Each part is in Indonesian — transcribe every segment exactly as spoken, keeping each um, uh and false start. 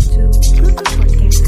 to Pluto Podcast.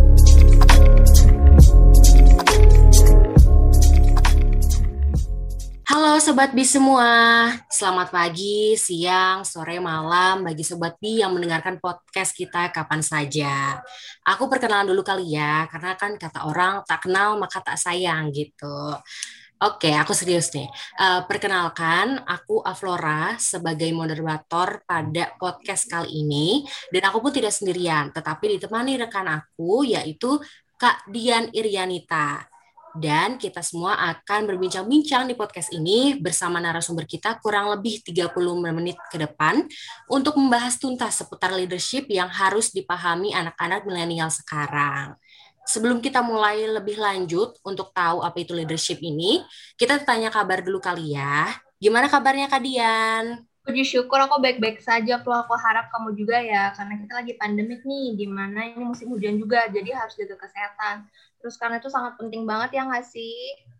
Halo Sobat Bi semua, selamat pagi, siang, sore, malam bagi Sobat Bi yang mendengarkan podcast kita kapan saja. Aku perkenalan dulu kali ya, karena kan kata orang tak kenal maka tak sayang gitu. Oke, aku serius nih. Eh, perkenalkan, aku Aflora sebagai moderator pada podcast kali ini. Dan aku pun tidak sendirian, tetapi ditemani rekan aku yaitu Kak Dian Irianita. Dan kita semua akan berbincang-bincang di podcast ini bersama narasumber kita kurang lebih tiga puluh menit ke depan untuk membahas tuntas seputar leadership yang harus dipahami anak-anak milenial sekarang. Sebelum kita mulai lebih lanjut untuk tahu apa itu leadership ini, kita tanya kabar dulu kali ya. Gimana kabarnya Kak Dian? Puji syukur aku baik-baik saja, Flo. Aku harap kamu juga ya, karena kita lagi pandemik nih, di mana ini musim hujan juga, jadi harus jaga kesehatan. Terus karena itu sangat penting banget ya nggak sih?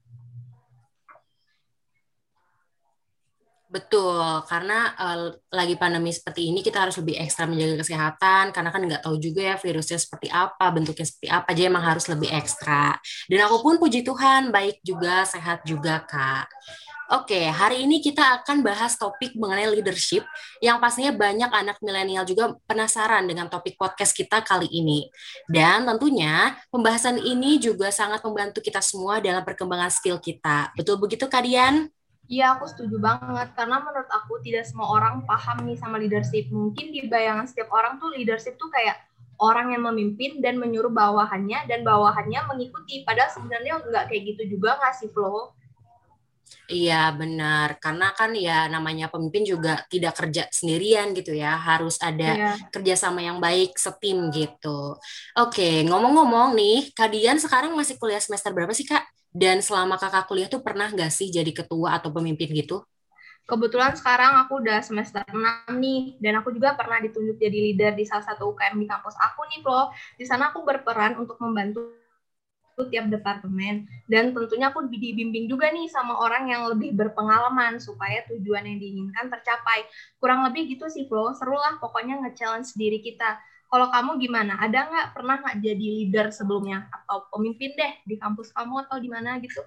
Betul, karena uh, lagi pandemi seperti ini kita harus lebih ekstra menjaga kesehatan karena kan nggak tahu juga ya virusnya seperti apa, bentuknya seperti apa, jadi emang harus lebih ekstra. Dan aku pun puji Tuhan baik juga, sehat juga Kak. Oke, hari ini kita akan bahas topik mengenai leadership yang pastinya banyak anak milenial juga penasaran dengan topik podcast kita kali ini. Dan tentunya pembahasan ini juga sangat membantu kita semua dalam perkembangan skill kita. Betul begitu Kak Dian? Iya, aku setuju banget. Karena menurut aku tidak semua orang paham nih sama leadership. Mungkin di bayangan setiap orang tuh leadership tuh kayak orang yang memimpin dan menyuruh bawahannya, dan bawahannya mengikuti. Padahal sebenarnya nggak kayak gitu juga nggak sih, Flo? Iya benar, karena kan ya namanya pemimpin juga tidak kerja sendirian gitu ya, harus ada Iya. kerjasama yang baik, setim gitu. Oke, ngomong-ngomong nih, Kak Dian sekarang masih kuliah semester berapa sih Kak? Dan selama kakak kuliah tuh pernah nggak sih jadi ketua atau pemimpin gitu? Kebetulan sekarang aku udah semester enam nih, dan aku juga pernah ditunjuk jadi leader di salah satu U K M di kampus aku nih, Flo. Di sana aku berperan untuk membantu tiap departemen, dan tentunya aku dibimbing juga nih sama orang yang lebih berpengalaman supaya tujuan yang diinginkan tercapai. Kurang lebih gitu sih, Flo. Seru lah pokoknya nge-challenge diri kita. Kalau kamu gimana? Ada nggak, pernah nggak jadi leader sebelumnya? Atau pemimpin deh di kampus kamu atau di mana gitu?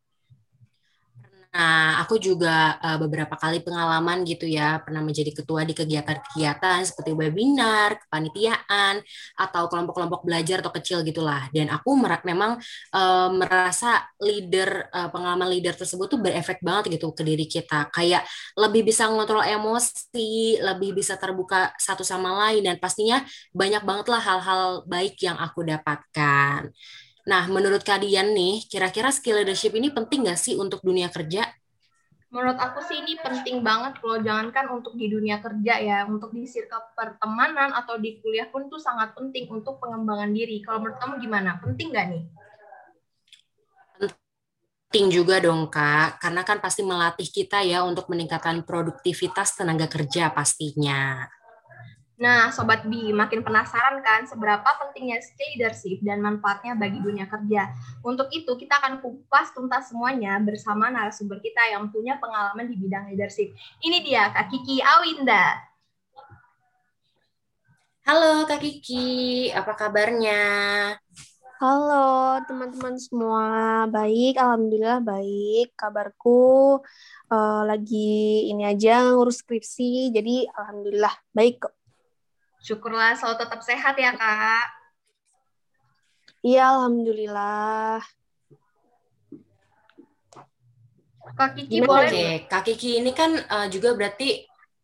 Nah, aku juga uh, beberapa kali pengalaman gitu ya, pernah menjadi ketua di kegiatan-kegiatan seperti webinar, kepanitiaan, atau kelompok-kelompok belajar atau kecil gitulah. Dan aku mer- memang uh, merasa leader, uh, pengalaman leader tersebut tuh berefek banget gitu ke diri kita. Kayak lebih bisa ngontrol emosi, lebih bisa terbuka satu sama lain, dan pastinya banyak banget lah hal-hal baik yang aku dapatkan. Nah, menurut kalian nih, kira-kira skill leadership ini penting nggak sih untuk dunia kerja? Menurut aku sih ini penting banget loh, jangankan untuk di dunia kerja ya, untuk di circle pertemanan atau di kuliah pun tuh sangat penting untuk pengembangan diri. Kalau menurut kamu gimana? Penting nggak nih? Penting juga dong, Kak, karena kan pasti melatih kita ya untuk meningkatkan produktivitas tenaga kerja pastinya. Nah, Sobat B, makin penasaran kan seberapa pentingnya skill leadership dan manfaatnya bagi dunia kerja. Untuk itu, kita akan kupas tuntas semuanya bersama narasumber kita yang punya pengalaman di bidang leadership. Ini dia, Kak Kiki Awinda. Halo Kak Kiki, apa kabarnya? Halo teman-teman semua, baik, alhamdulillah baik. Kabarku uh, lagi ini aja ngurus skripsi, jadi alhamdulillah baik kok. Syukurlah selalu tetap sehat ya Kak. Iya, alhamdulillah. Kak Kiki Gimana boleh? Oke, Kak Kiki ini kan uh, juga berarti,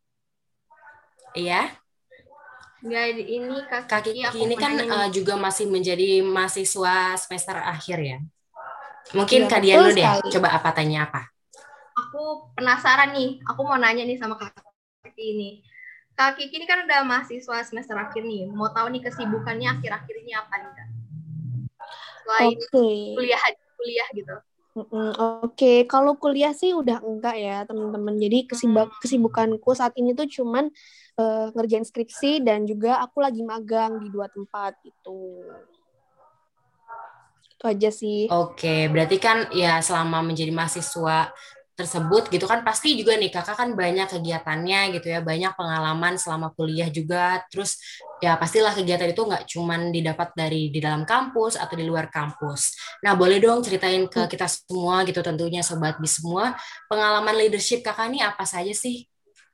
iya? Nggak, ini Kak Kak Kiki, Kiki aku ini mau kan nanya uh, nih. juga masih menjadi mahasiswa semester akhir ya. Mungkin Iya, Kak Dian betul dulu deh, sekali. coba apa tanya apa? Aku penasaran nih, aku mau nanya nih sama Kak Kiki ini. Kak Kiki ini kan udah mahasiswa semester akhir nih, mau tahu nih kesibukannya akhir-akhir ini apa nih Kak? Selain Oke. kuliah kuliah gitu. Mm-mm, Oke, kalau kuliah sih udah enggak ya teman-teman. Jadi kesibuk kesibukanku saat ini tuh cuman uh, ngerjain skripsi dan juga aku lagi magang di dua tempat gitu. Itu aja sih. Oke, berarti kan ya selama menjadi mahasiswa tersebut gitu kan pasti juga nih kakak kan banyak kegiatannya gitu ya, banyak pengalaman selama kuliah juga, terus ya pastilah kegiatan itu nggak cuman didapat dari di dalam kampus atau di luar kampus. Nah boleh dong ceritain ke kita semua gitu tentunya Sobat Bis semua, pengalaman leadership kakak nih apa saja sih?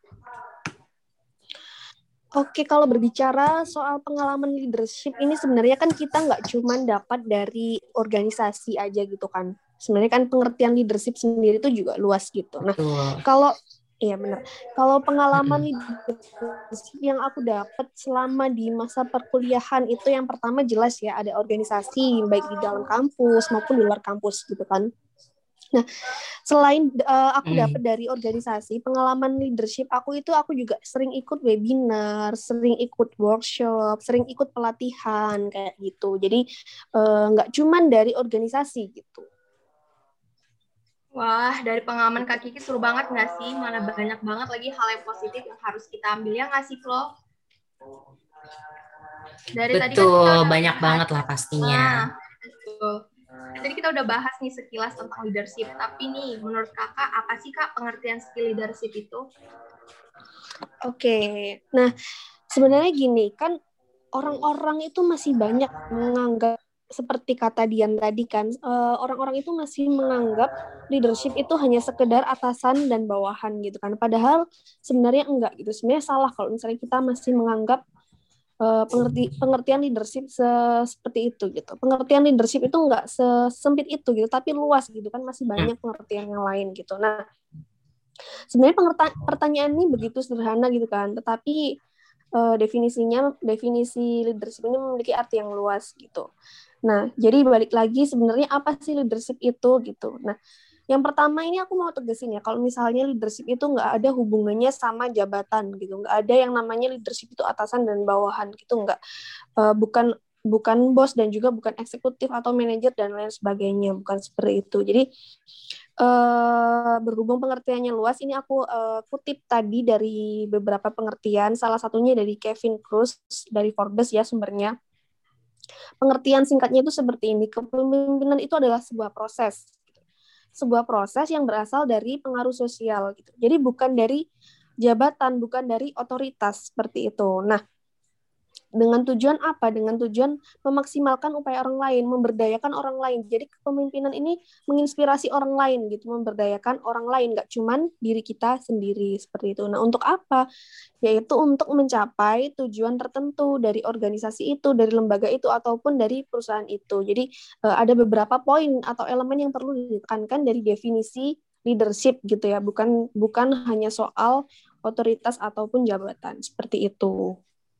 Oke, kalau berbicara soal pengalaman leadership ini sebenarnya kan kita nggak cuma dapat dari organisasi aja gitu kan. Sebenarnya kan pengertian leadership sendiri itu juga luas gitu. Nah, Betul. kalau iya benar. Kalau pengalaman Mm-mm. leadership yang aku dapat selama di masa perkuliahan itu yang pertama jelas ya ada organisasi baik di dalam kampus maupun di luar kampus gitu kan. Nah, selain uh, aku dapat Mm. dari organisasi, pengalaman leadership aku itu aku juga sering ikut webinar, sering ikut workshop, sering ikut pelatihan kayak gitu. Jadi uh, nggak cuman dari organisasi gitu. Wah, dari pengalaman Kak Kiki seru banget nggak sih? Mana banyak banget lagi hal yang positif yang harus kita ambil ya nggak sih, Flo? Dari tadi kan kita Betul, udah banyak bahas, banget lah pastinya. nah, betul. Tadi kita udah bahas nih sekilas tentang leadership. Tapi nih, menurut kakak, apa sih kak pengertian skill leadership itu? Oke, nah sebenarnya gini kan orang-orang itu masih banyak menganggap seperti kata Dian tadi kan uh, orang-orang itu masih menganggap leadership itu hanya sekedar atasan dan bawahan gitu kan. Padahal sebenarnya enggak gitu. Sebenarnya salah kalau misalnya kita masih menganggap uh, pengerti pengertian leadership se- seperti itu gitu. Pengertian leadership itu enggak sesempit itu gitu, tapi luas gitu kan masih Mm. banyak pengertian yang lain gitu. Nah, sebenarnya pertanyaan ini begitu sederhana gitu kan, tetapi uh, definisinya definisi leadership ini memiliki arti yang luas gitu. Nah, jadi balik lagi sebenarnya apa sih leadership itu gitu. Nah, yang pertama ini aku mau tegesin ya, kalau misalnya leadership itu nggak ada hubungannya sama jabatan gitu, nggak ada yang namanya leadership itu atasan dan bawahan gitu, nggak. Uh, bukan bukan bos dan juga bukan eksekutif atau manajer dan lain sebagainya, bukan seperti itu. Jadi uh, berhubung pengertiannya luas, ini aku uh, kutip tadi dari beberapa pengertian, salah satunya dari Kevin Kruse dari Forbes ya sumbernya. Pengertian singkatnya itu seperti ini, kepemimpinan itu adalah sebuah proses. Sebuah proses yang berasal dari pengaruh sosial gitu. Jadi bukan dari jabatan, bukan dari otoritas seperti itu. Nah, dengan tujuan apa? Dengan tujuan memaksimalkan upaya orang lain, memberdayakan orang lain. Jadi kepemimpinan ini menginspirasi orang lain gitu, memberdayakan orang lain, nggak cuman diri kita sendiri seperti itu. Nah, untuk apa? Yaitu untuk mencapai tujuan tertentu dari organisasi itu, dari lembaga itu, ataupun dari perusahaan itu. Jadi ada beberapa poin atau elemen yang perlu ditekankan dari definisi leadership gitu ya, bukan bukan hanya soal otoritas ataupun jabatan seperti itu.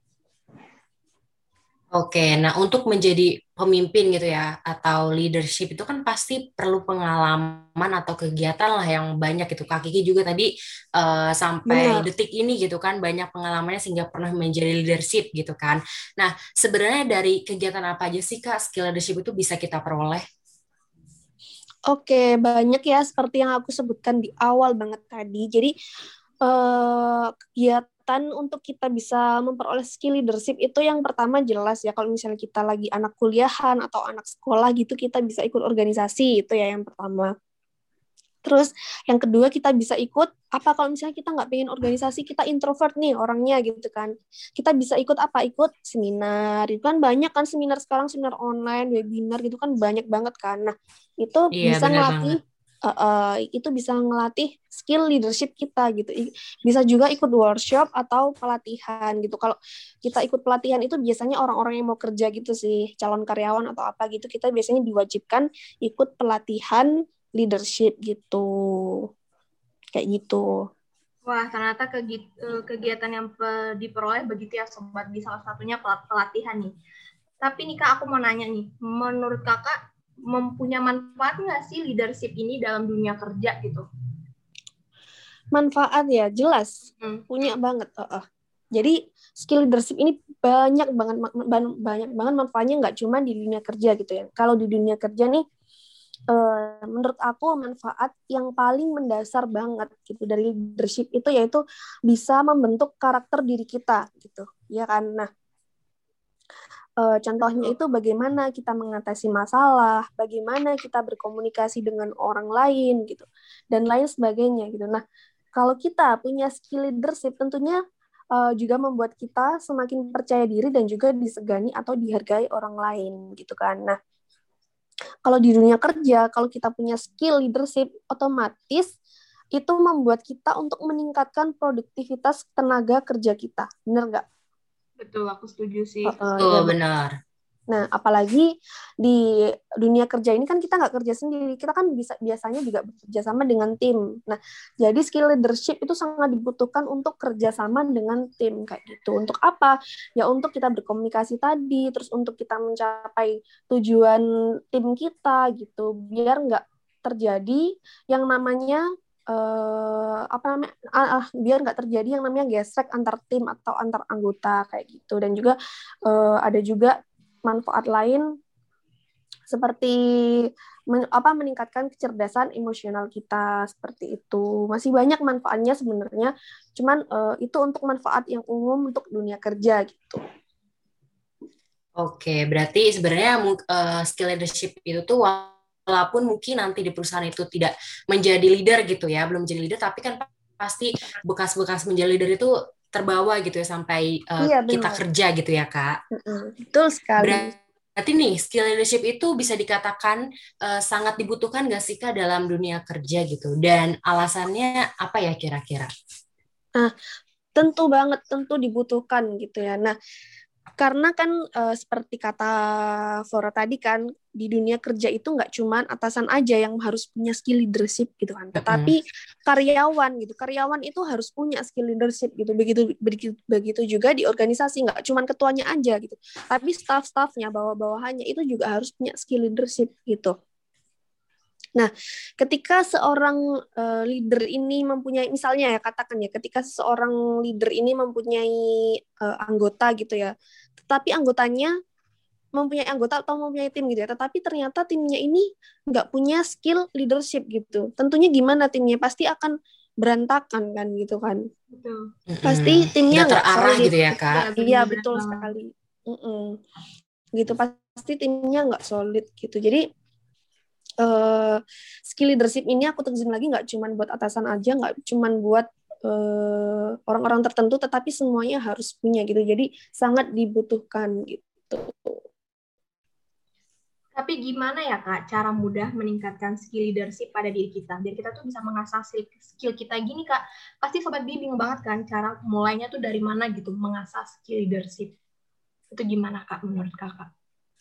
Oke, nah untuk menjadi pemimpin gitu ya, atau leadership itu kan pasti perlu pengalaman atau kegiatan lah yang banyak gitu. Kak Kiki juga tadi uh, sampai Benar. detik ini gitu kan banyak pengalamannya sehingga pernah menjadi leadership gitu kan. Nah, sebenarnya dari kegiatan apa aja sih Kak skill leadership itu bisa kita peroleh? Oke, banyak ya seperti yang aku sebutkan di awal banget tadi. Jadi eh, kegiatan untuk kita bisa memperoleh skill leadership itu yang pertama jelas ya kalau misalnya kita lagi anak kuliahan atau anak sekolah gitu kita bisa ikut organisasi itu ya yang pertama. Terus yang kedua kita bisa ikut apa kalau misalnya kita nggak pengen organisasi, kita introvert nih orangnya gitu kan. Kita bisa ikut apa? Ikut seminar. Itu kan banyak kan seminar sekarang, seminar online, webinar gitu kan banyak banget kan. Nah, itu Iya, bisa benar banget. ngelatih uh, uh, itu bisa ngelatih skill leadership kita gitu. Bisa juga ikut workshop atau pelatihan gitu. Kalau kita ikut pelatihan itu biasanya orang-orang yang mau kerja gitu sih, calon karyawan atau apa gitu, kita biasanya diwajibkan ikut pelatihan leadership gitu. Kayak gitu. Wah, ternyata kegiatan yang diperoleh begitu ya Sobat, di salah satunya pelatihan nih. Tapi nih Kak, aku mau nanya nih, menurut Kakak mempunyai manfaat nggak sih leadership ini dalam dunia kerja gitu? Manfaat ya, jelas. Hmm. Punya banget. Uh, uh. Jadi skill leadership ini banyak banget banyak banget manfaatnya, nggak cuma di dunia kerja gitu ya. Kalau di dunia kerja nih, Uh, menurut aku manfaat yang paling mendasar banget gitu dari leadership itu yaitu bisa membentuk karakter diri kita gitu ya kan. Nah Eh, contohnya itu bagaimana kita mengatasi masalah, bagaimana kita berkomunikasi dengan orang lain gitu, dan lain sebagainya gitu. Nah, kalau kita punya skill leadership, tentunya eh, juga membuat kita semakin percaya diri dan juga disegani atau dihargai orang lain gitu kan. Nah, kalau di dunia kerja, kalau kita punya skill leadership, otomatis itu membuat kita untuk meningkatkan produktivitas tenaga kerja kita. Bener nggak? Betul, aku setuju sih. Uh, Betul, ya, benar. Nah, apalagi di dunia kerja ini kan kita nggak kerja sendiri, kita kan bisa biasanya juga bekerja sama dengan tim. Nah, jadi skill leadership itu sangat dibutuhkan untuk kerjasama dengan tim kayak gitu. Untuk apa? Ya untuk kita berkomunikasi tadi, terus untuk kita mencapai tujuan tim kita gitu, biar nggak terjadi yang namanya eh, apa namanya ah, ah, biar nggak terjadi yang namanya gesrek antar tim atau antar anggota kayak gitu. Dan juga eh, ada juga manfaat lain seperti men, apa meningkatkan kecerdasan emosional kita seperti itu. Masih banyak manfaatnya sebenarnya, cuman uh, itu untuk manfaat yang umum untuk dunia kerja gitu. Oke, berarti sebenarnya uh, skill leadership itu tuh walaupun mungkin nanti di perusahaan itu tidak menjadi leader gitu ya, belum menjadi leader, tapi kan pasti bekas-bekas menjadi leader itu terbawa gitu ya sampai uh, Iya, kita benar. kerja gitu ya, Kak. Mm-mm, betul sekali. Berarti nih, skill leadership itu bisa dikatakan uh, sangat dibutuhkan nggak sih, Kak, dalam dunia kerja gitu? Dan alasannya apa ya kira-kira? Nah, tentu banget, tentu dibutuhkan gitu ya. Nah, karena kan e, seperti kata Flora tadi kan, di dunia kerja itu nggak cuman atasan aja yang harus punya skill leadership gitu kan, tetapi karyawan gitu, karyawan itu harus punya skill leadership gitu. Begitu begitu, begitu juga di organisasi, nggak cuman ketuanya aja gitu, tapi staff-staffnya, bawah-bawahannya itu juga harus punya skill leadership gitu. Nah, ketika seorang uh, leader ini mempunyai, misalnya ya katakan ya, ketika seorang leader ini mempunyai uh, anggota gitu ya, tetapi anggotanya mempunyai anggota atau mempunyai tim gitu ya, tetapi ternyata timnya ini nggak punya skill leadership gitu. Tentunya gimana timnya? Pasti akan berantakan kan gitu kan. Betul. Pasti timnya nggak terarah solid gitu ya, Kak. Iya, betul sekali. Mm-mm. Gitu, pasti timnya nggak solid gitu. Jadi Uh, skill leadership ini aku tegasin lagi nggak cuma buat atasan aja, nggak cuma buat uh, orang-orang tertentu, tetapi semuanya harus punya gitu. Jadi sangat dibutuhkan gitu. Tapi gimana ya Kak cara mudah meningkatkan skill leadership pada diri kita? Biar kita tuh bisa mengasah skill kita gini Kak. Pasti Sobat Bi bingung banget kan cara mulainya tuh dari mana gitu mengasah skill leadership. Itu gimana Kak menurut Kakak?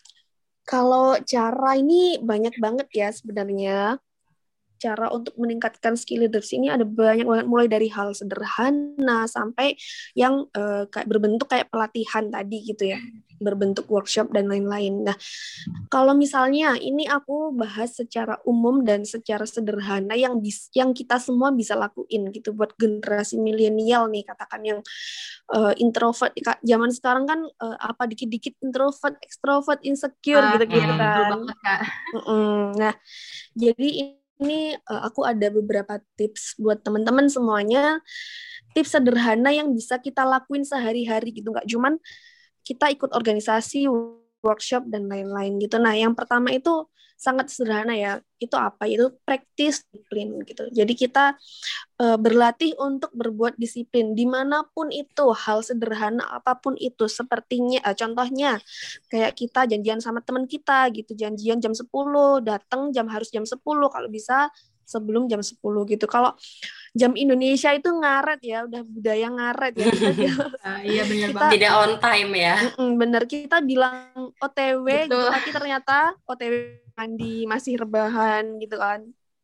Kalau cara ini banyak banget ya sebenarnya. Cara untuk meningkatkan skill leadership ini ada banyak banget, mulai dari hal sederhana sampai yang uh, kayak berbentuk kayak pelatihan tadi gitu ya, berbentuk workshop dan lain-lain. Nah, kalau misalnya ini aku bahas secara umum dan secara sederhana yang bis, yang kita semua bisa lakuin gitu buat generasi milenial nih, katakan yang uh, introvert. Zaman sekarang kan uh, apa dikit-dikit introvert, extrovert, insecure uh, gitu-gitu ya, kan. banget, Kak. Nah, jadi ini uh, aku ada beberapa tips buat teman-teman semuanya, tips sederhana yang bisa kita lakuin sehari-hari gitu, nggak cuman kita ikut organisasi, workshop dan lain-lain gitu. Nah, yang pertama itu sangat sederhana ya, itu apa? Itu practice disiplin gitu. Jadi kita uh, berlatih untuk berbuat disiplin dimanapun itu, hal sederhana apapun itu. Sepertinya, uh, contohnya kayak kita janjian sama teman kita gitu, janjian jam sepuluh, datang jam harus jam sepuluh, kalau bisa sebelum jam sepuluh gitu. Kalau jam Indonesia itu ngaret ya, udah budaya ngaret ya. Kita uh, iya benar banget. Tidak on time ya. Bener, kita bilang O T W gitu, tapi ternyata O T W mandi masih rebahan gitu kan.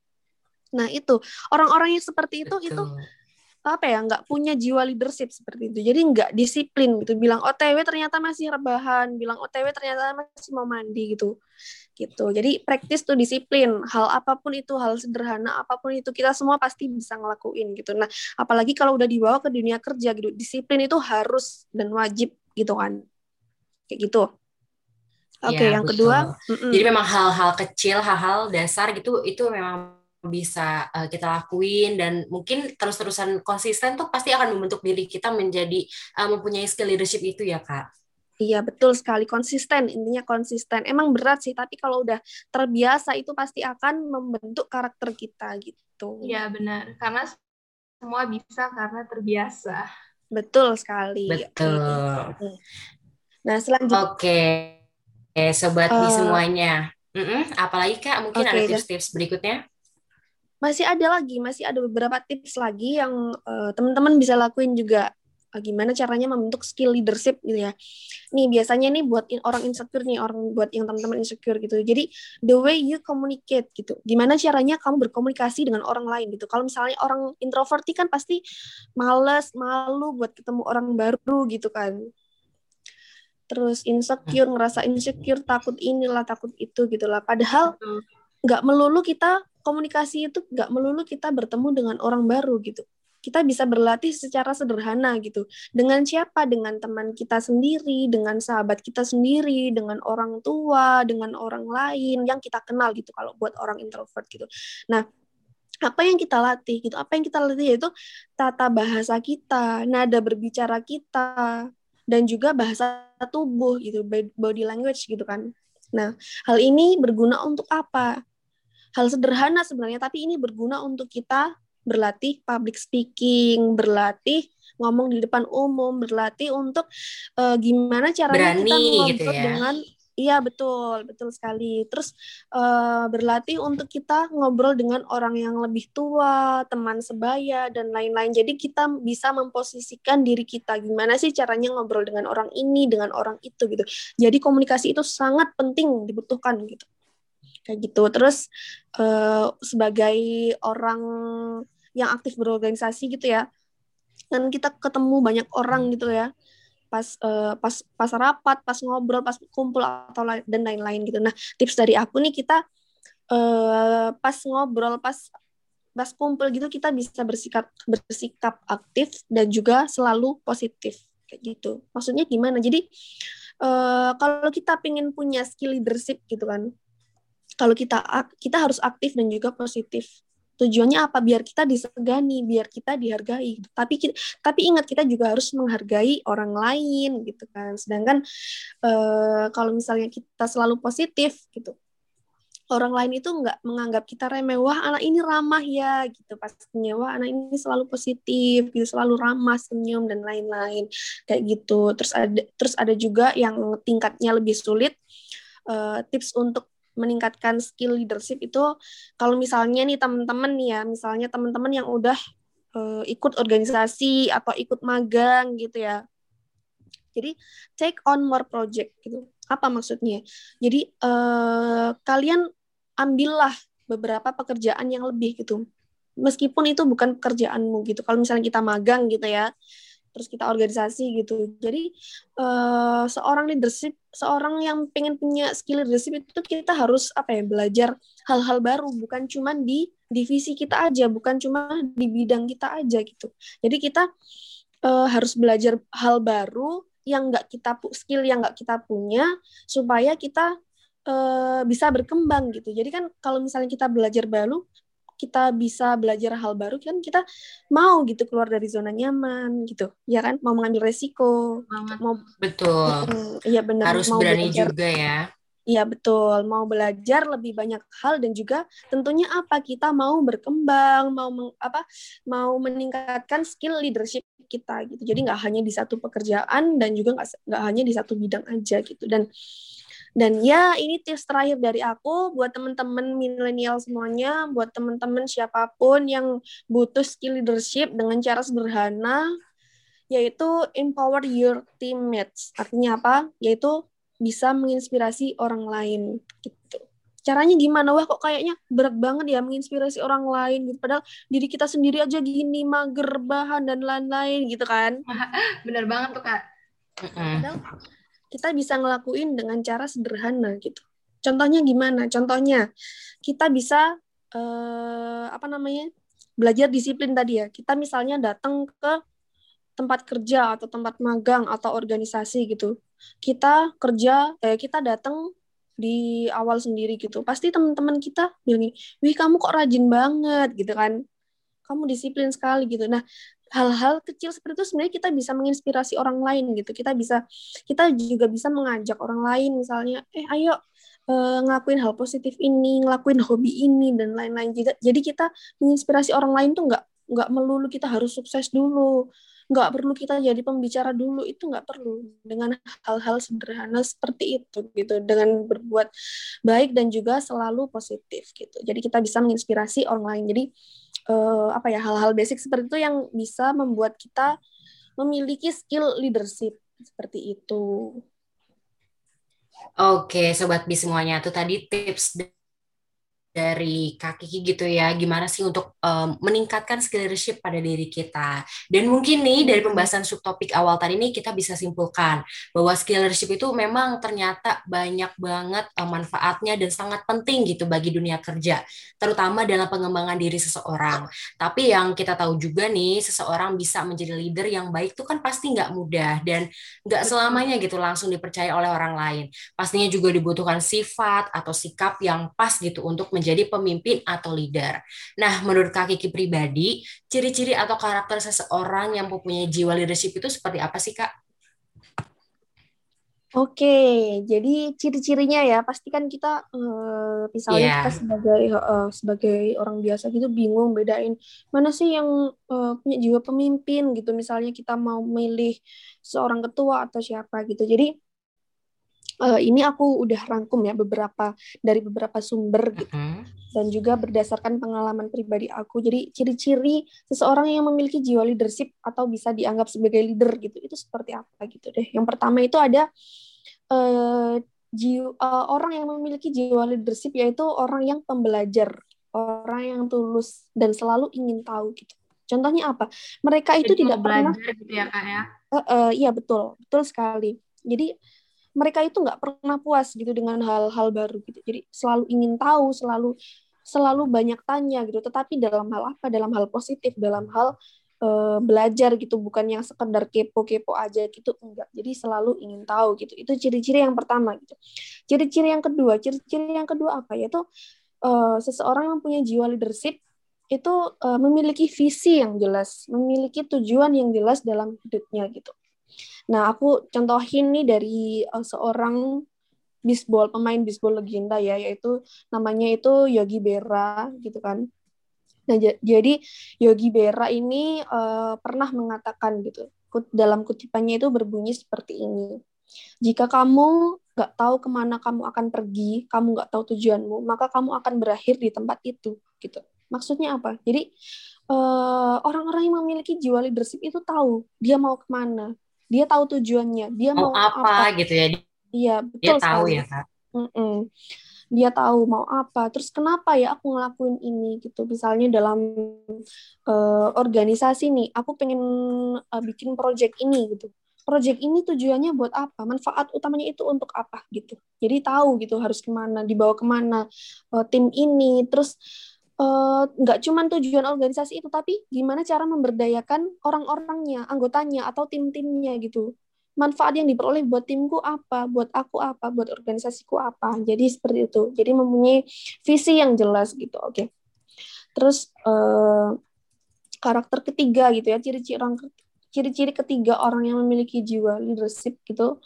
Nah itu orang-orang yang seperti itu Betul. itu apa ya, nggak punya jiwa leadership seperti itu. Jadi nggak disiplin gitu. Bilang O T W ternyata masih rebahan, bilang O T W ternyata masih mau mandi gitu. Gitu. Jadi praktis tuh disiplin. Hal apapun itu, hal sederhana apapun itu, kita semua pasti bisa ngelakuin gitu. Nah, apalagi kalau udah dibawa ke dunia kerja gitu, disiplin itu harus dan wajib gitu kan. Kayak gitu. Oke, okay, ya, yang betul. kedua. Mm-mm. Jadi memang hal-hal kecil, hal-hal dasar gitu, itu memang bisa uh, kita lakuin, dan mungkin terus-terusan konsisten tuh pasti akan membentuk diri kita menjadi uh, mempunyai skill leadership itu ya Kak. Iya, betul sekali. Konsisten, intinya konsisten. Emang berat sih, tapi kalau udah terbiasa itu pasti akan membentuk karakter kita gitu. Iya benar, karena semua bisa karena terbiasa. Betul sekali. Oke. Betul. Nah, selanjutnya, Oke, Sobat Bi eh, semuanya. Mm-mm, apalagi Kak, mungkin ada oke, dah. tips-tips berikutnya? Masih ada lagi, masih ada beberapa tips lagi yang eh, teman-teman bisa lakuin juga. Eh, Gimana caranya membentuk skill leadership gitu ya. Nih, biasanya nih buat in- orang insecure nih, orang buat yang teman-teman insecure gitu. Jadi, the way you communicate gitu. Gimana caranya kamu berkomunikasi dengan orang lain gitu. Kalau misalnya orang introvert kan pasti males, malu buat ketemu orang baru gitu kan. Terus insecure, ngerasa insecure, takut inilah, takut itu gitulah. Padahal Betul. nggak melulu kita komunikasi itu nggak melulu kita bertemu dengan orang baru gitu. Kita bisa berlatih secara sederhana gitu. Dengan siapa? Dengan teman kita sendiri, dengan sahabat kita sendiri, dengan orang tua, dengan orang lain yang kita kenal gitu kalau buat orang introvert gitu. Nah, apa yang kita latih gitu? Apa yang kita latih yaitu tata bahasa kita, nada berbicara kita, dan juga bahasa tubuh gitu, body language gitu kan. Nah, hal ini berguna untuk apa? Hal sederhana sebenarnya, tapi ini berguna untuk kita berlatih public speaking, berlatih ngomong di depan umum, berlatih untuk uh, gimana caranya kita Berani gitu ngobrol ya. dengan, iya betul, betul sekali. Terus uh, berlatih untuk kita ngobrol dengan orang yang lebih tua, teman sebaya, dan lain-lain. Jadi kita bisa memposisikan diri kita, gimana sih caranya ngobrol dengan orang ini, dengan orang itu gitu. Jadi komunikasi itu sangat penting, dibutuhkan gitu. Kayak gitu. Terus uh, sebagai orang yang aktif berorganisasi gitu ya, kan kita ketemu banyak orang gitu ya, pas uh, pas pas rapat, pas ngobrol, pas kumpul atau lain, dan lain-lain gitu. Nah, tips dari aku nih, kita uh, pas ngobrol, pas pas kumpul gitu kita bisa bersikap bersikap aktif dan juga selalu positif kayak gitu. Maksudnya gimana? Jadi uh, kalau kita pengen punya skill leadership gitu kan, kalau kita kita harus aktif dan juga positif. Tujuannya apa? Biar kita disegani, biar kita dihargai. Tapi tapi ingat, kita juga harus menghargai orang lain gitu kan. Sedangkan eh, kalau misalnya kita selalu positif gitu, orang lain itu nggak menganggap kita remeh. Wah, anak ini ramah ya gitu pastinya. Wah, anak ini selalu positif gitu, selalu ramah, senyum dan lain-lain kayak gitu. Terus ada terus ada juga yang tingkatnya lebih sulit. Uh, tips untuk meningkatkan skill leadership itu, kalau misalnya nih teman-teman nih ya, misalnya teman-teman yang udah uh, ikut organisasi atau ikut magang gitu ya. Jadi take on more project gitu. Apa maksudnya? Jadi uh, kalian ambillah beberapa pekerjaan yang lebih gitu. Meskipun itu bukan pekerjaanmu gitu. Kalau misalnya kita magang gitu ya, terus kita organisasi gitu. Jadi uh, seorang leadership, seorang yang pengen punya skill leadership itu kita harus apa ya, belajar hal-hal baru, bukan cuma di divisi kita aja, bukan cuma di bidang kita aja gitu. Jadi kita uh, harus belajar hal baru yang nggak kita skill yang nggak kita punya supaya kita uh, bisa berkembang gitu. Jadi kan kalau misalnya kita belajar baru, kita bisa belajar hal baru kan, kita mau gitu keluar dari zona nyaman gitu, ya kan, mau mengambil resiko gitu. Mau Betul. iya mm, benar, Harus mau berani belajar, juga ya. iya betul, mau belajar lebih banyak hal, dan juga tentunya apa, kita mau berkembang, mau meng, apa mau meningkatkan skill leadership kita gitu. Jadi nggak hanya di satu pekerjaan dan juga nggak nggak hanya di satu bidang aja gitu. Dan Dan ya, ini tips terakhir dari aku buat teman-teman milenial semuanya, buat teman-teman siapapun yang butuh skill leadership dengan cara sederhana, yaitu empower your teammates. Artinya apa? Yaitu bisa menginspirasi orang lain gitu. Caranya gimana? Wah, kok kayaknya berat banget ya menginspirasi orang lain gitu. Padahal diri kita sendiri aja gini, mager, bahan, dan lain-lain gitu kan. Bener banget tuh, Kak. Padahal kita bisa ngelakuin dengan cara sederhana gitu. Contohnya gimana? Contohnya kita bisa eh, apa namanya, belajar disiplin tadi ya. Kita misalnya datang ke tempat kerja atau tempat magang atau organisasi gitu. Kita kerja, eh, kita datang di awal sendiri gitu. Pasti teman-teman kita bilang, wih kamu kok rajin banget gitu kan. Kamu disiplin sekali gitu. Nah, hal-hal kecil seperti itu sebenarnya kita bisa menginspirasi orang lain gitu. Kita bisa kita juga bisa mengajak orang lain misalnya, eh ayo eh, ngelakuin hal positif ini, ngelakuin hobi ini dan lain-lain juga. Jadi kita menginspirasi orang lain tuh nggak nggak melulu kita harus sukses dulu, nggak perlu kita jadi pembicara dulu, itu nggak perlu. Dengan hal-hal sederhana seperti itu gitu, dengan berbuat baik dan juga selalu positif gitu. Jadi kita bisa menginspirasi orang lain. Jadi eh, apa ya, hal-hal basic seperti itu yang bisa membuat kita memiliki skill leadership seperti itu. Oke, Sobat Bi semuanya, tuh tadi tips dari Kak Kiki gitu ya, gimana sih untuk em, meningkatkan skill leadership pada diri kita. Dan mungkin nih dari pembahasan subtopik awal tadi nih kita bisa simpulkan bahwa skill leadership itu memang ternyata banyak banget em, manfaatnya dan sangat penting gitu bagi dunia kerja, terutama dalam pengembangan diri seseorang. Tapi yang kita tahu juga nih, seseorang bisa menjadi leader yang baik itu kan pasti nggak mudah dan nggak Betul. selamanya gitu langsung dipercaya oleh orang lain. Pastinya juga dibutuhkan sifat atau sikap yang pas gitu untuk menjadi pemimpin atau leader. Nah, menurut Kak Kiki pribadi, ciri-ciri atau karakter seseorang yang mempunyai jiwa leadership itu seperti apa sih, Kak? Oke, jadi ciri-cirinya ya, pasti kan kita eh, misalnya kita Iya. sebagai eh, sebagai orang biasa gitu bingung bedain mana sih yang eh, punya jiwa pemimpin gitu. Misalnya kita mau milih seorang ketua atau siapa gitu. Jadi eh, ini aku udah rangkum ya beberapa dari beberapa sumber gitu. Mm-mm. Dan juga berdasarkan pengalaman pribadi aku. Jadi ciri-ciri seseorang yang memiliki jiwa leadership atau bisa dianggap sebagai leader gitu, itu seperti apa gitu deh. Yang pertama itu ada eh, jiwa, eh, orang yang memiliki jiwa leadership, yaitu orang yang pembelajar, orang yang tulus dan selalu ingin tahu gitu. Contohnya apa? Mereka itu Jadi tidak mau pernah, belajar gitu ya Kak ya. eh, eh, iya betul, betul sekali. Jadi mereka itu nggak pernah puas gitu dengan hal-hal baru gitu. Jadi selalu ingin tahu, selalu selalu banyak tanya gitu. Tetapi dalam hal apa? Dalam hal positif, dalam hal eh, belajar gitu, bukan yang sekedar kepo-kepo aja gitu, enggak. Jadi selalu ingin tahu gitu. Itu ciri-ciri yang pertama gitu. Ciri-ciri yang kedua, ciri-ciri yang kedua apa? Yaitu eh, seseorang yang punya jiwa leadership itu eh, memiliki visi yang jelas, memiliki tujuan yang jelas dalam hidupnya gitu. Nah, aku contohin nih dari uh, seorang bisbol, pemain bisbol legenda ya, yaitu namanya itu Yogi Berra gitu kan. Nah, j- jadi Yogi Berra ini uh, pernah mengatakan gitu, kut- dalam kutipannya itu berbunyi seperti ini. Jika kamu nggak tahu kemana kamu akan pergi, kamu nggak tahu tujuanmu, maka kamu akan berakhir di tempat itu gitu. Maksudnya apa? Jadi uh, orang-orang yang memiliki jiwa leadership itu tahu dia mau kemana, dia tahu tujuannya, dia Mau mau apa apa. gitu ya, Iya, dia betul tahu sekali. ya, Kak. Mm-mm. Dia tahu mau apa, terus kenapa ya aku ngelakuin ini gitu. Misalnya dalam uh, organisasi nih, aku pengen uh, bikin project ini gitu. Project ini tujuannya buat apa? Manfaat utamanya itu untuk apa gitu. Jadi tahu gitu harus kemana, dibawa kemana uh, tim ini. Terus uh, nggak cuma tujuan organisasi itu, tapi gimana cara memberdayakan orang-orangnya, anggotanya atau tim-timnya gitu. Manfaat yang diperoleh buat timku apa, buat aku apa, buat organisasiku apa. Jadi seperti itu. Jadi mempunyai visi yang jelas gitu. Oke. Terus eh, karakter ketiga gitu ya, ciri-ciri orang ciri-ciri ketiga orang yang memiliki jiwa leadership gitu.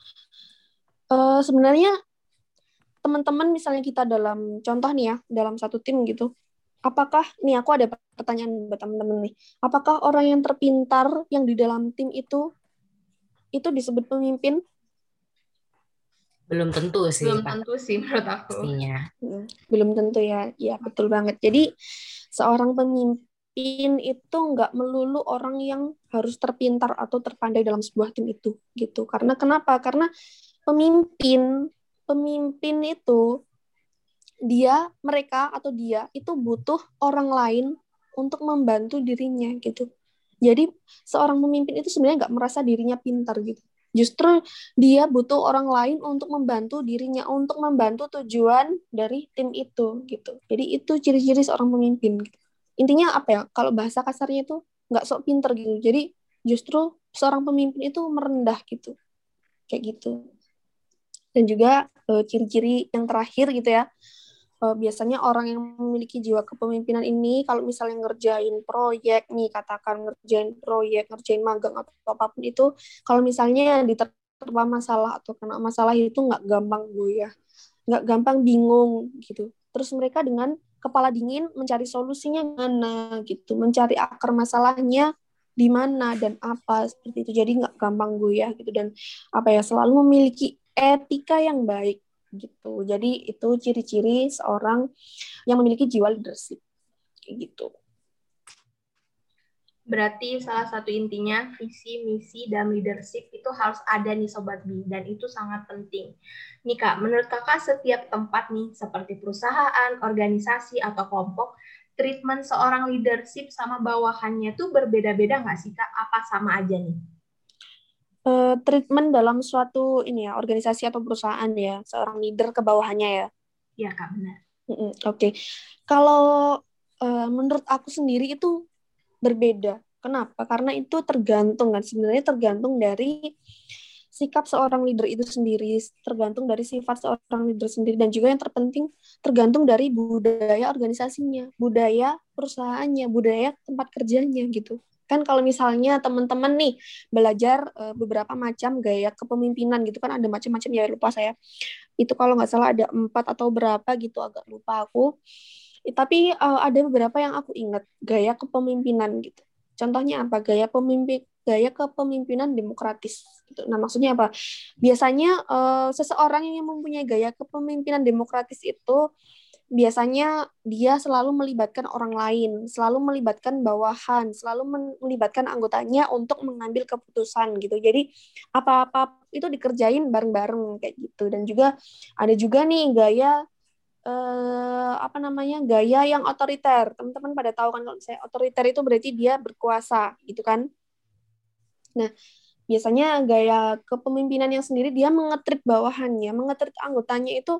Eh, sebenarnya teman-teman misalnya kita dalam contoh nih ya, dalam satu tim gitu. Apakah nih aku ada pertanyaan buat teman-teman nih. Apakah orang yang terpintar yang di dalam tim itu itu disebut pemimpin? Belum tentu sih, Belum Pak, tentu sih menurut aku. pastinya. Hmm, belum tentu ya. Ya, betul banget. Jadi, seorang pemimpin itu nggak melulu orang yang harus terpintar atau terpandai dalam sebuah tim itu, gitu. Karena kenapa? Karena pemimpin, pemimpin itu dia, mereka atau dia itu butuh orang lain untuk membantu dirinya, gitu. Jadi, seorang pemimpin itu sebenarnya nggak merasa dirinya pintar, gitu. Justru dia butuh orang lain untuk membantu dirinya, untuk membantu tujuan dari tim itu gitu. Jadi itu ciri-ciri seorang pemimpin. Gitu. Intinya apa ya? Kalau bahasa kasarnya itu nggak sok pinter gitu. Jadi justru seorang pemimpin itu merendah gitu, kayak gitu. Dan juga eh, ciri-ciri yang terakhir gitu ya. eh, biasanya orang yang memiliki jiwa kepemimpinan ini kalau misalnya ngerjain proyek nih, katakan ngerjain proyek, ngerjain magang atau apapun itu, kalau misalnya diterpa masalah atau kena masalah itu nggak gampang goyah, nggak gampang bingung gitu. Terus mereka dengan kepala dingin mencari solusinya mana gitu, mencari akar masalahnya di mana dan apa seperti itu. Jadi nggak gampang goyah gitu dan apa ya selalu memiliki etika yang baik gitu. Jadi itu ciri-ciri seorang yang memiliki jiwa leadership kayak gitu. Berarti salah satu intinya visi, misi, dan leadership itu harus ada nih Sobat Bi, dan itu sangat penting. Nih Kak, menurut Kakak setiap tempat nih, seperti perusahaan, organisasi, atau kelompok, treatment seorang leadership sama bawahannya tuh berbeda-beda nggak sih Kak? Apa sama aja nih? Uh, treatment dalam suatu ini ya organisasi atau perusahaan ya seorang leader ke bawahannya ya. Iya Kak, benar. Mm-mm, Oke, okay. Kalau uh, menurut aku sendiri itu berbeda. Kenapa? Karena itu tergantung kan sebenarnya tergantung dari sikap seorang leader itu sendiri, tergantung dari sifat seorang leader sendiri dan juga yang terpenting tergantung dari budaya organisasinya, budaya perusahaannya, budaya tempat kerjanya gitu. Kan kalau misalnya teman-teman nih belajar uh, beberapa macam gaya kepemimpinan gitu kan ada macam-macam ya lupa saya. Itu kalau nggak salah ada empat atau berapa gitu agak lupa aku. Tapi uh, ada beberapa yang aku ingat gaya kepemimpinan gitu. Contohnya apa? Gaya pemimpin gaya kepemimpinan demokratis gitu. Nah, maksudnya apa? Biasanya uh, seseorang yang mempunyai gaya kepemimpinan demokratis itu biasanya dia selalu melibatkan orang lain, selalu melibatkan bawahan, selalu melibatkan anggotanya untuk mengambil keputusan gitu. Jadi apa-apa itu dikerjain bareng-bareng kayak gitu. Dan juga ada juga nih gaya eh, apa namanya gaya yang otoriter. Teman-teman pada tahu kan kalau saya otoriter itu berarti dia berkuasa gitu kan. Nah, biasanya gaya kepemimpinan yang sendiri dia mengetrit bawahannya, mengetrit anggotanya itu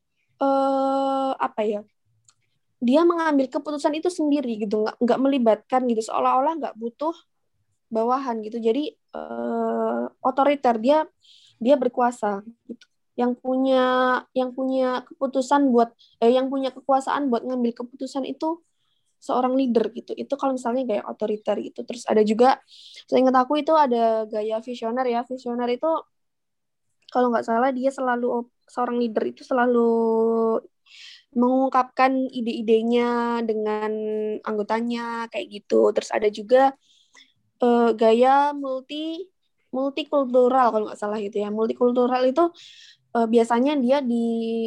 eh, apa ya? Dia mengambil keputusan itu sendiri gitu, nggak nggak melibatkan gitu, seolah-olah nggak butuh bawahan gitu. Jadi eh, otoriter dia dia berkuasa gitu. Yang punya yang punya keputusan buat eh, yang punya kekuasaan buat ngambil keputusan itu seorang leader gitu. Itu kalau misalnya gaya otoriter gitu. Terus ada juga saya ingat aku itu ada gaya visioner ya. Visioner itu kalau nggak salah dia selalu seorang leader itu selalu mengungkapkan ide-idenya dengan anggotanya kayak gitu. Terus ada juga uh, gaya multi multikultural kalau nggak salah gitu ya. Multikultural itu uh, biasanya dia di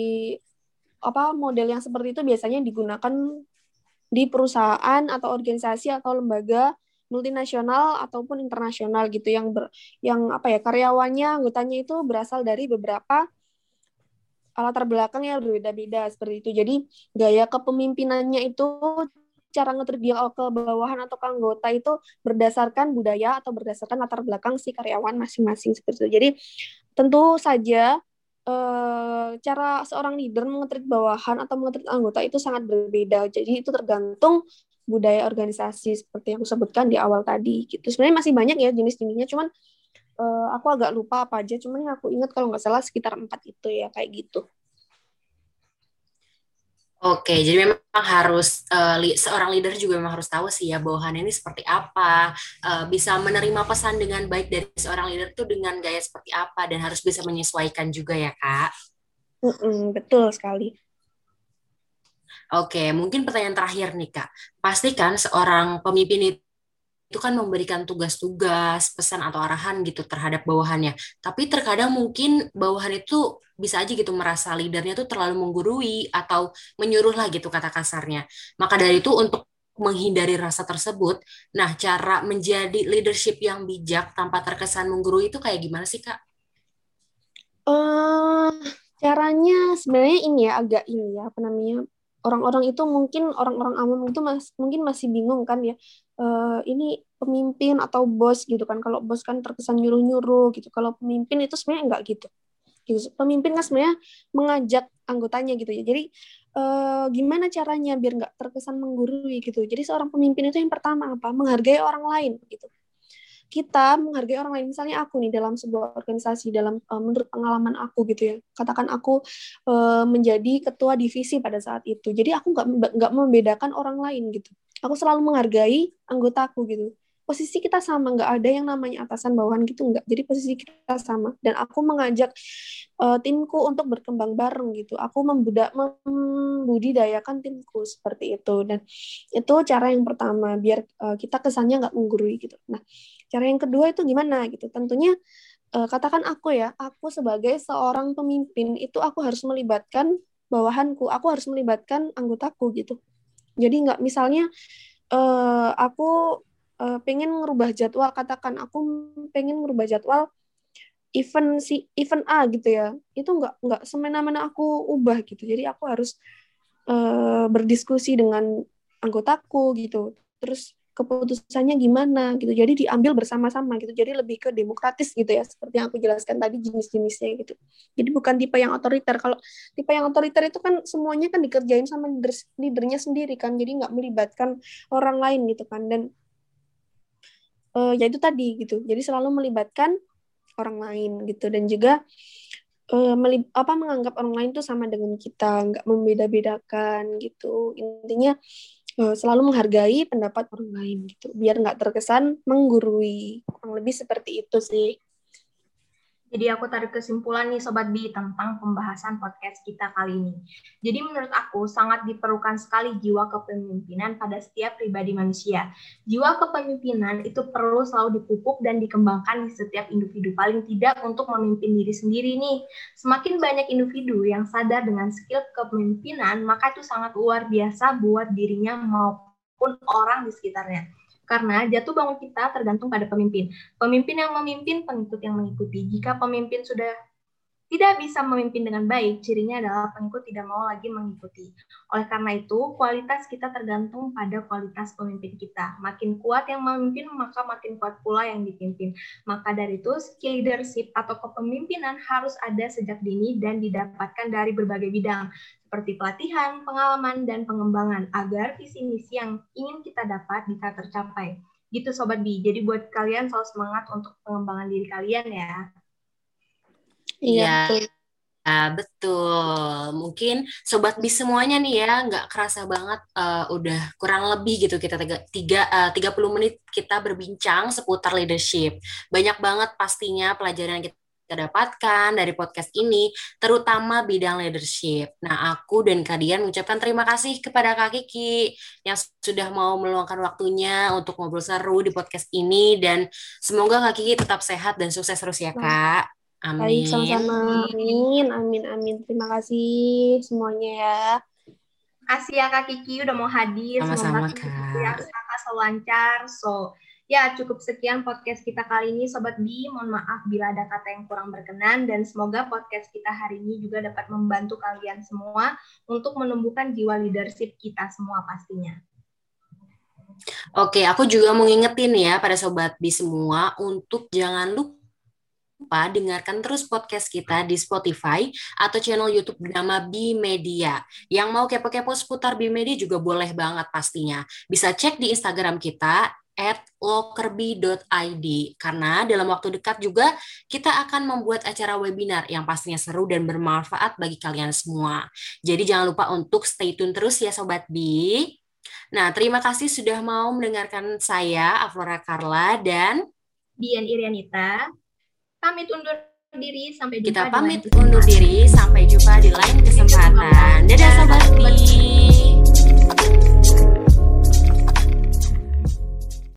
apa model yang seperti itu biasanya digunakan di perusahaan atau organisasi atau lembaga multinasional ataupun internasional gitu yang ber, yang apa ya karyawannya anggotanya itu berasal dari beberapa latar belakang yang berbeda-beda seperti itu. Jadi gaya kepemimpinannya itu cara nge dia ke bawahan atau ke anggota itu berdasarkan budaya atau berdasarkan latar belakang si karyawan masing-masing seperti itu. Jadi tentu saja eh, cara seorang leader mengetrit bawahan atau mengetrit anggota itu sangat berbeda. Jadi itu tergantung budaya organisasi seperti yang aku sebutkan di awal tadi gitu. Sebenarnya masih banyak ya jenis-jenisnya, cuman uh, aku agak lupa apa aja. Cuman yang aku ingat kalau nggak salah sekitar empat itu ya kayak gitu. Oke, jadi memang harus uh, li- seorang leader juga memang harus tahu sih ya bawahannya ini seperti apa, uh, bisa menerima pesan dengan baik dari seorang leader itu dengan gaya seperti apa dan harus bisa menyesuaikan juga ya Kak. Mm-mm, betul sekali. Oke, mungkin pertanyaan terakhir nih Kak. Pastikan seorang pemimpin itu itu kan memberikan tugas-tugas, pesan atau arahan gitu terhadap bawahannya. Tapi terkadang mungkin bawahan itu bisa aja gitu merasa leadernya tuh terlalu menggurui atau menyuruh lah gitu kata kasarnya. Maka dari itu untuk menghindari rasa tersebut, nah cara menjadi leadership yang bijak tanpa terkesan menggurui itu kayak gimana sih Kak? Uh, caranya sebenarnya ini ya agak ini ya apa namanya orang-orang itu mungkin orang-orang awam itu mas, mungkin masih bingung kan ya uh, ini pemimpin atau bos gitu kan kalau bos kan terkesan nyuruh-nyuruh gitu kalau pemimpin itu sebenarnya enggak gitu gitu pemimpin kan sebenarnya mengajak anggotanya gitu ya jadi uh, gimana caranya biar nggak terkesan menggurui gitu jadi seorang pemimpin itu yang pertama apa menghargai orang lain gitu kita menghargai orang lain. Misalnya aku nih dalam sebuah organisasi, dalam uh, menurut pengalaman aku gitu ya, katakan aku uh, menjadi ketua divisi pada saat itu, jadi aku nggak nggak membedakan orang lain gitu. Aku selalu menghargai anggotaku gitu. Posisi kita sama, nggak ada yang namanya atasan bawahan gitu, nggak. Jadi posisi kita sama. Dan aku mengajak uh, timku untuk berkembang bareng gitu. Aku membudak, membudidayakan timku seperti itu. Dan itu cara yang pertama, biar uh, kita kesannya nggak menggurui gitu. Nah, cara yang kedua itu gimana gitu? Tentunya uh, katakan aku ya, aku sebagai seorang pemimpin, itu aku harus melibatkan bawahanku, aku harus melibatkan anggotaku gitu. Jadi nggak misalnya uh, aku Uh, pengen ngerubah jadwal, katakan aku pengen ngerubah jadwal event si event A gitu ya, itu nggak nggak semena-mena aku ubah gitu. Jadi aku harus uh, berdiskusi dengan anggotaku gitu, terus keputusannya gimana gitu, jadi diambil bersama-sama gitu, jadi lebih ke demokratis gitu ya, seperti yang aku jelaskan tadi jenis-jenisnya gitu. Jadi bukan tipe yang otoriter. Kalau tipe yang otoriter itu kan semuanya kan dikerjain sama leader, leadernya sendiri kan, jadi nggak melibatkan orang lain gitu kan. Dan uh, ya itu tadi gitu, jadi selalu melibatkan orang lain gitu. Dan juga uh, melib- apa menganggap orang lain tuh sama dengan kita, nggak membeda-bedakan gitu. Intinya selalu menghargai pendapat orang lain gitu, biar nggak terkesan menggurui. Kurang lebih seperti itu sih. Jadi aku tarik kesimpulan nih Sobat Bi tentang pembahasan podcast kita kali ini. Jadi menurut aku sangat diperlukan sekali jiwa kepemimpinan pada setiap pribadi manusia. Jiwa kepemimpinan itu perlu selalu dipupuk dan dikembangkan di setiap individu, paling tidak untuk memimpin diri sendiri nih. Semakin banyak individu yang sadar dengan skill kepemimpinan, maka itu sangat luar biasa buat dirinya maupun orang di sekitarnya. Karena jatuh bangun kita tergantung pada pemimpin. Pemimpin yang memimpin, pengikut yang mengikuti. Jika pemimpin sudah tidak bisa memimpin dengan baik, cirinya adalah pengikut tidak mau lagi mengikuti. Oleh karena itu, kualitas kita tergantung pada kualitas pemimpin kita. Makin kuat yang memimpin, maka makin kuat pula yang dipimpin. Maka dari itu, skill leadership atau kepemimpinan harus ada sejak dini dan didapatkan dari berbagai bidang, seperti pelatihan, pengalaman, dan pengembangan, agar visi misi yang ingin kita dapat bisa tercapai. Gitu Sobat Bi, jadi buat kalian selalu semangat untuk pengembangan diri kalian ya. Iya, betul. Ya, betul. Mungkin Sobat Bi semuanya nih ya, nggak kerasa banget uh, udah kurang lebih gitu kita tiga, tiga, uh, tiga puluh menit kita berbincang seputar leadership. Banyak banget pastinya pelajaran yang kita kita dapatkan dari podcast ini, terutama bidang leadership. Nah, aku dan Kak Dian mengucapkan terima kasih kepada Kak Kiki yang sudah mau meluangkan waktunya untuk ngobrol seru di podcast ini, dan semoga Kak Kiki tetap sehat dan sukses terus ya Kak. Amin. Baik, sama-sama. Amin, amin, amin. Terima kasih semuanya ya. Kasih ya Kak Kiki udah mau hadir. Sama-sama Semoga Kak. Kakak selalu lancar. So, ya, cukup sekian podcast kita kali ini, Sobat Bi. Mohon maaf bila ada kata yang kurang berkenan, dan semoga podcast kita hari ini juga dapat membantu kalian semua untuk menumbuhkan jiwa leadership kita semua pastinya. Oke, aku juga mau ngingetin ya pada Sobat Bi semua untuk jangan lupa lupa dengarkan terus podcast kita di Spotify atau channel YouTube bernama Bi Media. Yang mau kepo-kepo seputar Bi Media juga boleh banget pastinya. Bisa cek di Instagram kita at lokerbi dot i d, karena dalam waktu dekat juga kita akan membuat acara webinar yang pastinya seru dan bermanfaat bagi kalian semua. Jadi jangan lupa untuk stay tune terus ya Sobat Bi. Nah, terima kasih sudah mau mendengarkan saya, Aflora Carla dan Dian Irianita. Pamit undur diri, sampai jumpa. Kita pamit undur diri, sampai jumpa di lain kesempatan. Dadah Sobat Bi.